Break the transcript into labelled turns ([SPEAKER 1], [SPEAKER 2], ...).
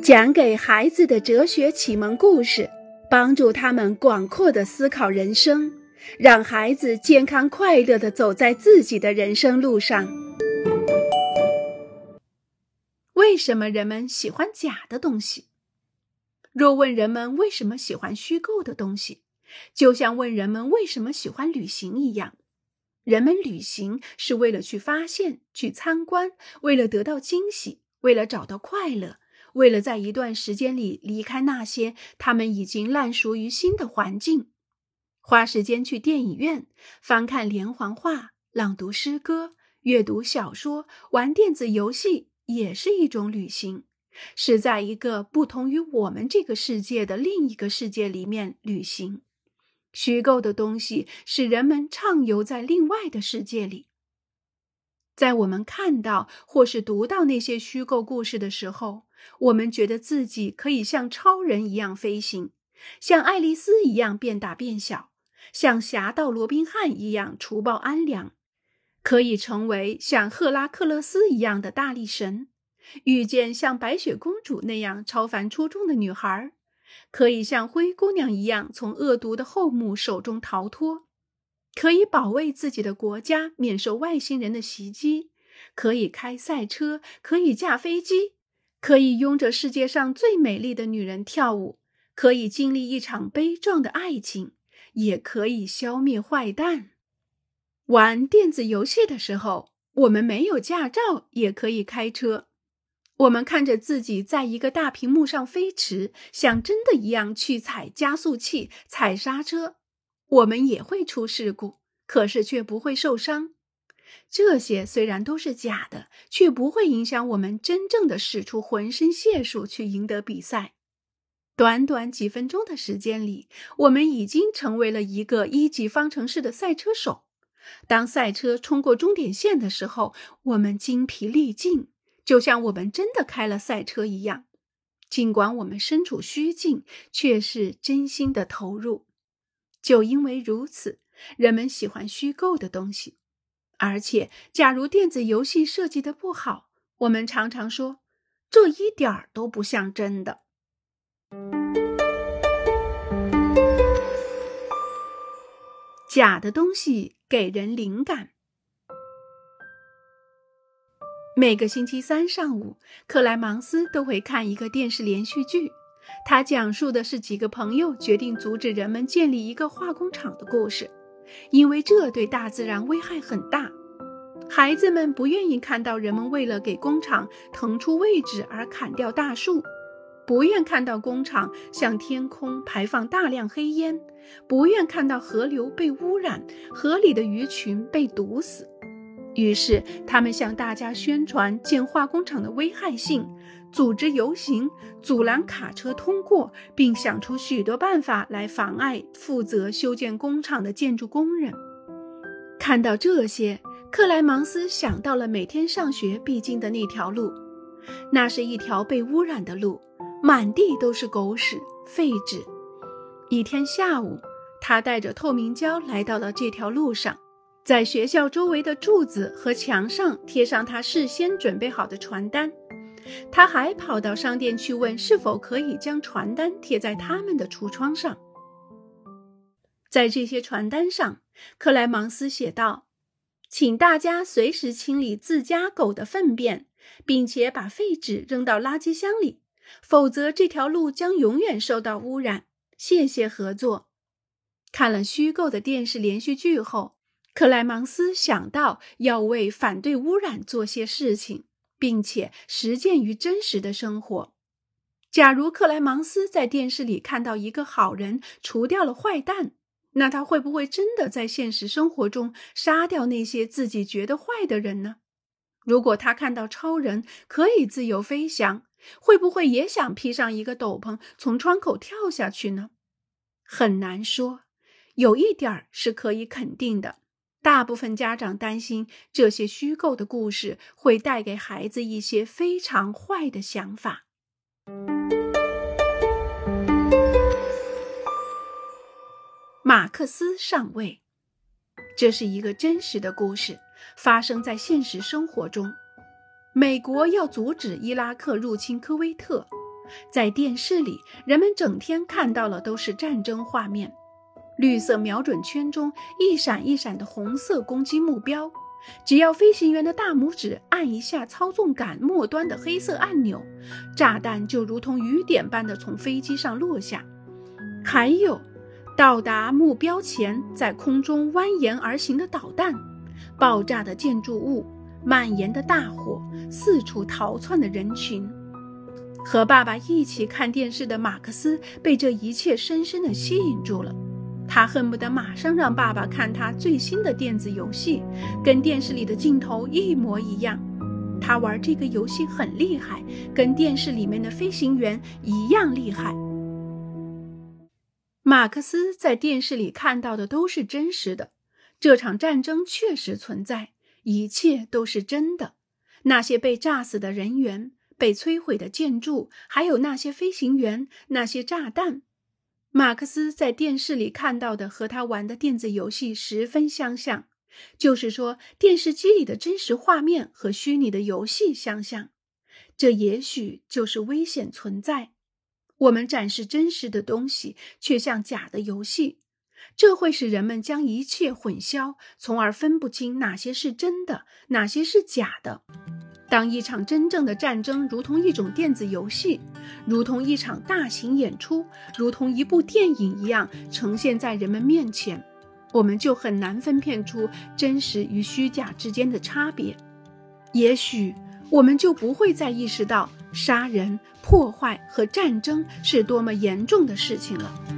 [SPEAKER 1] 讲给孩子的哲学启蒙故事，帮助他们广阔地思考人生，让孩子健康快乐地走在自己的人生路上。为什么人们喜欢假的东西？若问人们为什么喜欢虚构的东西，就像问人们为什么喜欢旅行一样。人们旅行是为了去发现、去参观，为了得到惊喜，为了找到快乐，为了在一段时间里离开那些他们已经烂熟于心的环境。花时间去电影院，翻看连环画，朗读诗歌，阅读小说，玩电子游戏，也是一种旅行，是在一个不同于我们这个世界的另一个世界里面旅行。虚构的东西使人们畅游在另外的世界里。在我们看到或是读到那些虚构故事的时候，我们觉得自己可以像超人一样飞行，像爱丽丝一样变大变小，像侠盗罗宾汉一样除暴安良，可以成为像赫拉克勒斯一样的大力神，遇见像白雪公主那样超凡出众的女孩，可以像灰姑娘一样从恶毒的后母手中逃脱，可以保卫自己的国家免受外星人的袭击，可以开赛车，可以驾飞机，可以拥着世界上最美丽的女人跳舞，可以经历一场悲壮的爱情，也可以消灭坏蛋。玩电子游戏的时候，我们没有驾照也可以开车。我们看着自己在一个大屏幕上飞驰，像真的一样去踩加速器、踩刹车，我们也会出事故，可是却不会受伤。这些虽然都是假的，却不会影响我们真正的使出浑身解数去赢得比赛。短短几分钟的时间里，我们已经成为了一个一级方程式的赛车手。当赛车冲过终点线的时候，我们精疲力尽，就像我们真的开了赛车一样。尽管我们身处虚境，却是真心的投入。就因为如此，人们喜欢虚构的东西。而且，假如电子游戏设计得不好，我们常常说，这一点儿都不像真的。假的东西给人灵感。每个星期三上午，克莱芒斯都会看一个电视连续剧，他讲述的是几个朋友决定阻止人们建立一个化工厂的故事，因为这对大自然危害很大。孩子们不愿意看到人们为了给工厂腾出位置而砍掉大树，不愿看到工厂向天空排放大量黑烟，不愿看到河流被污染，河里的鱼群被毒死。于是他们向大家宣传建化工厂的危害性，组织游行，阻拦卡车通过，并想出许多办法来妨碍负责修建工厂的建筑工人。看到这些，克莱芒斯想到了每天上学必经的那条路。那是一条被污染的路，满地都是狗屎、废纸。一天下午，他带着透明胶来到了这条路上，在学校周围的柱子和墙上贴上他事先准备好的传单。他还跑到商店去问是否可以将传单贴在他们的橱窗上。在这些传单上，克莱芒斯写道：请大家随时清理自家狗的粪便，并且把废纸扔到垃圾箱里，否则这条路将永远受到污染。谢谢合作。看了虚构的电视连续剧后，克莱芒斯想到要为反对污染做些事情，并且实践于真实的生活。假如克莱芒斯在电视里看到一个好人除掉了坏蛋，那他会不会真的在现实生活中杀掉那些自己觉得坏的人呢？如果他看到超人可以自由飞翔，会不会也想披上一个斗篷从窗口跳下去呢？很难说。有一点是可以肯定的，大部分家长担心这些虚构的故事会带给孩子一些非常坏的想法。马克思上尉，这是一个真实的故事，发生在现实生活中。美国要阻止伊拉克入侵科威特， 在电视里，人们整天看到了都是战争画面，绿色瞄准圈中一闪一闪的红色攻击目标，只要飞行员的大拇指按一下操纵杆末端的黑色按钮，炸弹就如同雨点般的从飞机上落下。还有到达目标前在空中蜿蜒而行的导弹，爆炸的建筑物，蔓延的大火，四处逃窜的人群。和爸爸一起看电视的马克思被这一切深深地吸引住了，他恨不得马上让爸爸看他最新的电子游戏，跟电视里的镜头一模一样。他玩这个游戏很厉害，跟电视里面的飞行员一样厉害。马克思在电视里看到的都是真实的，这场战争确实存在，一切都是真的。那些被炸死的人员，被摧毁的建筑，还有那些飞行员，那些炸弹。马克思在电视里看到的和他玩的电子游戏十分相像，就是说电视机里的真实画面和虚拟的游戏相像。这也许就是危险存在。我们展示真实的东西，却像假的游戏，这会使人们将一切混淆，从而分不清哪些是真的，哪些是假的。当一场真正的战争如同一种电子游戏，如同一场大型演出，如同一部电影一样呈现在人们面前，我们就很难分辨出真实与虚假之间的差别。也许我们就不会再意识到杀人、破坏和战争是多么严重的事情了。